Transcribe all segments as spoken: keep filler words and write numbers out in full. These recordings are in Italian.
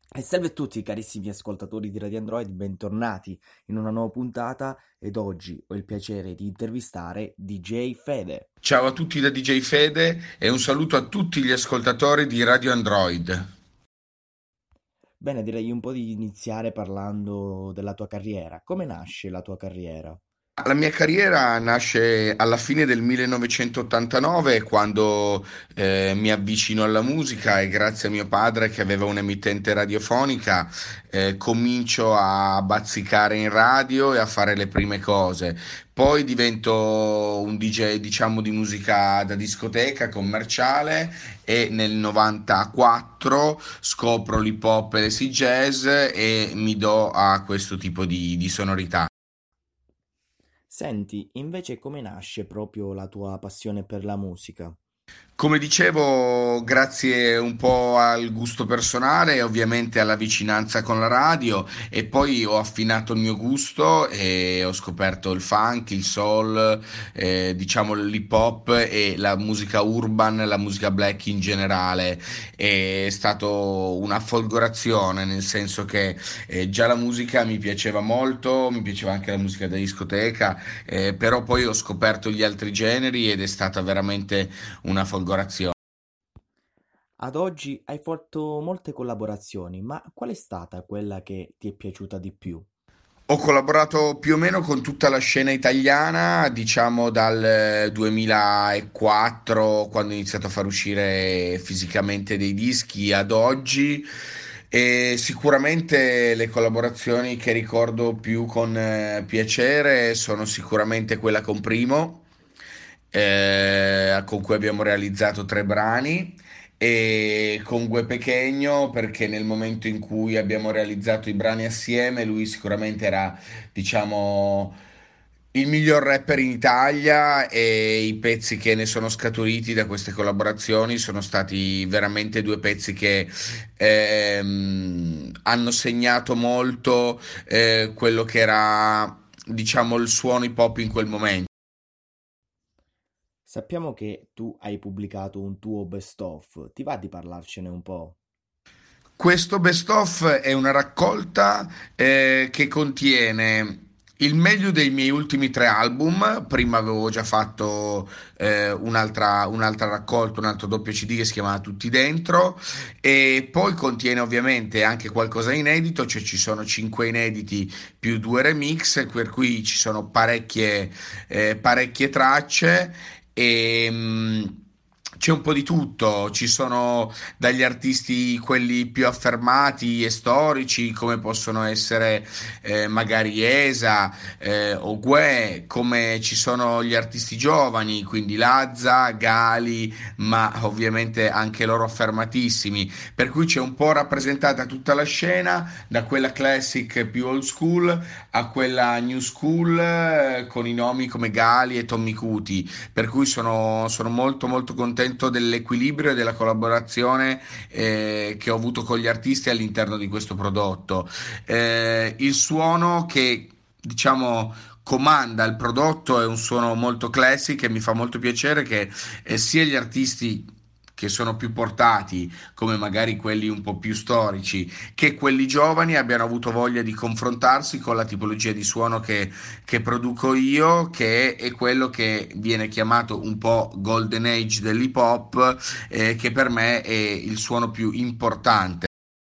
E salve a tutti carissimi ascoltatori di Radio Android, bentornati in una nuova puntata ed oggi ho il piacere di intervistare D J Fede. Ciao a tutti da D J Fede e un saluto a tutti gli ascoltatori di Radio Android. Bene, direi un po' di iniziare parlando della tua carriera. Come nasce la tua carriera? La mia carriera nasce alla fine del millenovecentottantanove quando eh, mi avvicino alla musica e grazie a mio padre che aveva un'emittente radiofonica eh, comincio a bazzicare in radio e a fare le prime cose. Poi divento un D J, diciamo, di musica da discoteca commerciale e nel novantaquattro scopro l'hip hop e l'acid jazz e mi do a questo tipo di di sonorità. Senti, invece come nasce proprio la tua passione per la musica? Come dicevo, grazie un po' al gusto personale e ovviamente alla vicinanza con la radio e poi ho affinato il mio gusto e ho scoperto il funk, il soul, eh, diciamo l'hip hop e la musica urban, la musica black in generale. È stato una folgorazione, nel senso che eh, già la musica mi piaceva molto, mi piaceva anche la musica da discoteca, eh, però poi ho scoperto gli altri generi ed è stata veramente una folgorazione. Ad oggi hai fatto molte collaborazioni, ma qual è stata quella che ti è piaciuta di più? Ho collaborato più o meno con tutta la scena italiana, diciamo dal duemilaquattro, quando ho iniziato a far uscire fisicamente dei dischi, ad oggi. E sicuramente le collaborazioni che ricordo più con eh, piacere sono sicuramente quella con Primo, eh, con cui abbiamo realizzato tre brani e con Gue Pequeno perché nel momento in cui abbiamo realizzato i brani assieme lui sicuramente era, diciamo, il miglior rapper in Italia e i pezzi che ne sono scaturiti da queste collaborazioni sono stati veramente due pezzi che ehm, hanno segnato molto eh, quello che era, diciamo, il suono hip hop in quel momento. Sappiamo che tu hai pubblicato un tuo best of, ti va di parlarcene un po'? Questo best of è una raccolta eh, che contiene il meglio dei miei ultimi tre album. Prima avevo già fatto eh, un'altra, un'altra raccolta, un altro doppio C D che si chiamava Tutti Dentro, e poi contiene ovviamente anche qualcosa inedito, cioè ci sono cinque inediti più due remix, per cui ci sono parecchie, eh, parecchie tracce e mh, c'è un po' di tutto, ci sono dagli artisti quelli più affermati e storici come possono essere eh, magari Esa eh, o Guè, come ci sono gli artisti giovani, quindi Lazza, Gali, ma ovviamente anche loro affermatissimi, per cui c'è un po' rappresentata tutta la scena, da quella classic più old school a quella new school eh, con i nomi come Gali e Tommy Cuti, per cui sono, sono molto molto contento dell'equilibrio e della collaborazione eh, che ho avuto con gli artisti all'interno di questo prodotto. Eh, il suono che, diciamo, comanda il prodotto è un suono molto classic e mi fa molto piacere che eh, sia gli artisti che sono più portati, come magari quelli un po' più storici, che quelli giovani abbiano avuto voglia di confrontarsi con la tipologia di suono che, che produco io, che è quello che viene chiamato un po' golden age dell'hip hop, eh, che per me è il suono più importante.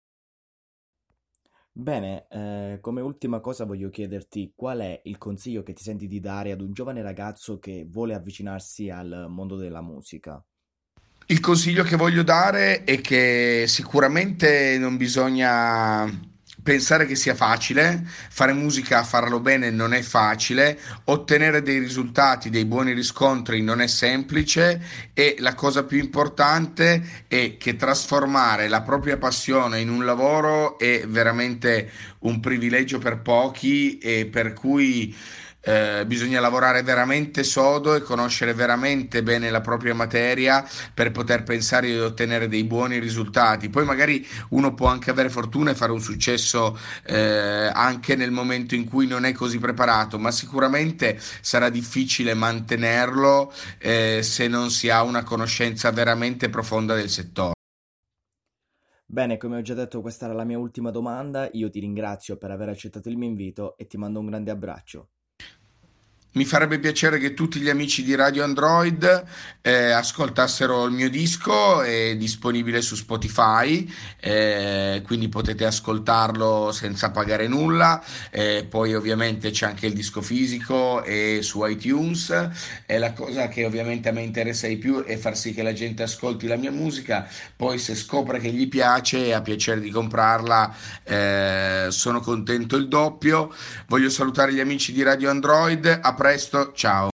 Bene, eh, come ultima cosa voglio chiederti qual è il consiglio che ti senti di dare ad un giovane ragazzo che vuole avvicinarsi al mondo della musica? Il consiglio che voglio dare è che sicuramente non bisogna pensare che sia facile, fare musica, farlo bene non è facile, ottenere dei risultati, dei buoni riscontri non è semplice e la cosa più importante è che trasformare la propria passione in un lavoro è veramente un privilegio per pochi e per cui eh, bisogna lavorare veramente sodo e conoscere veramente bene la propria materia per poter pensare di ottenere dei buoni risultati. Poi magari uno può anche avere fortuna e fare un successo eh, anche nel momento in cui non è così preparato, ma sicuramente sarà difficile mantenerlo eh, se non si ha una conoscenza veramente profonda del settore. Bene, come ho già detto, questa era la mia ultima domanda. Io ti ringrazio per aver accettato il mio invito e ti mando un grande abbraccio. Mi farebbe piacere che tutti gli amici di Radio Android eh, ascoltassero il mio disco, è disponibile su Spotify, eh, quindi potete ascoltarlo senza pagare nulla. Eh, poi ovviamente c'è anche il disco fisico e su iTunes. E la cosa che ovviamente a me interessa di più è far sì che la gente ascolti la mia musica, poi se scopre che gli piace e ha piacere di comprarla, eh, sono contento il doppio. Voglio salutare gli amici di Radio Android, a presto, ciao.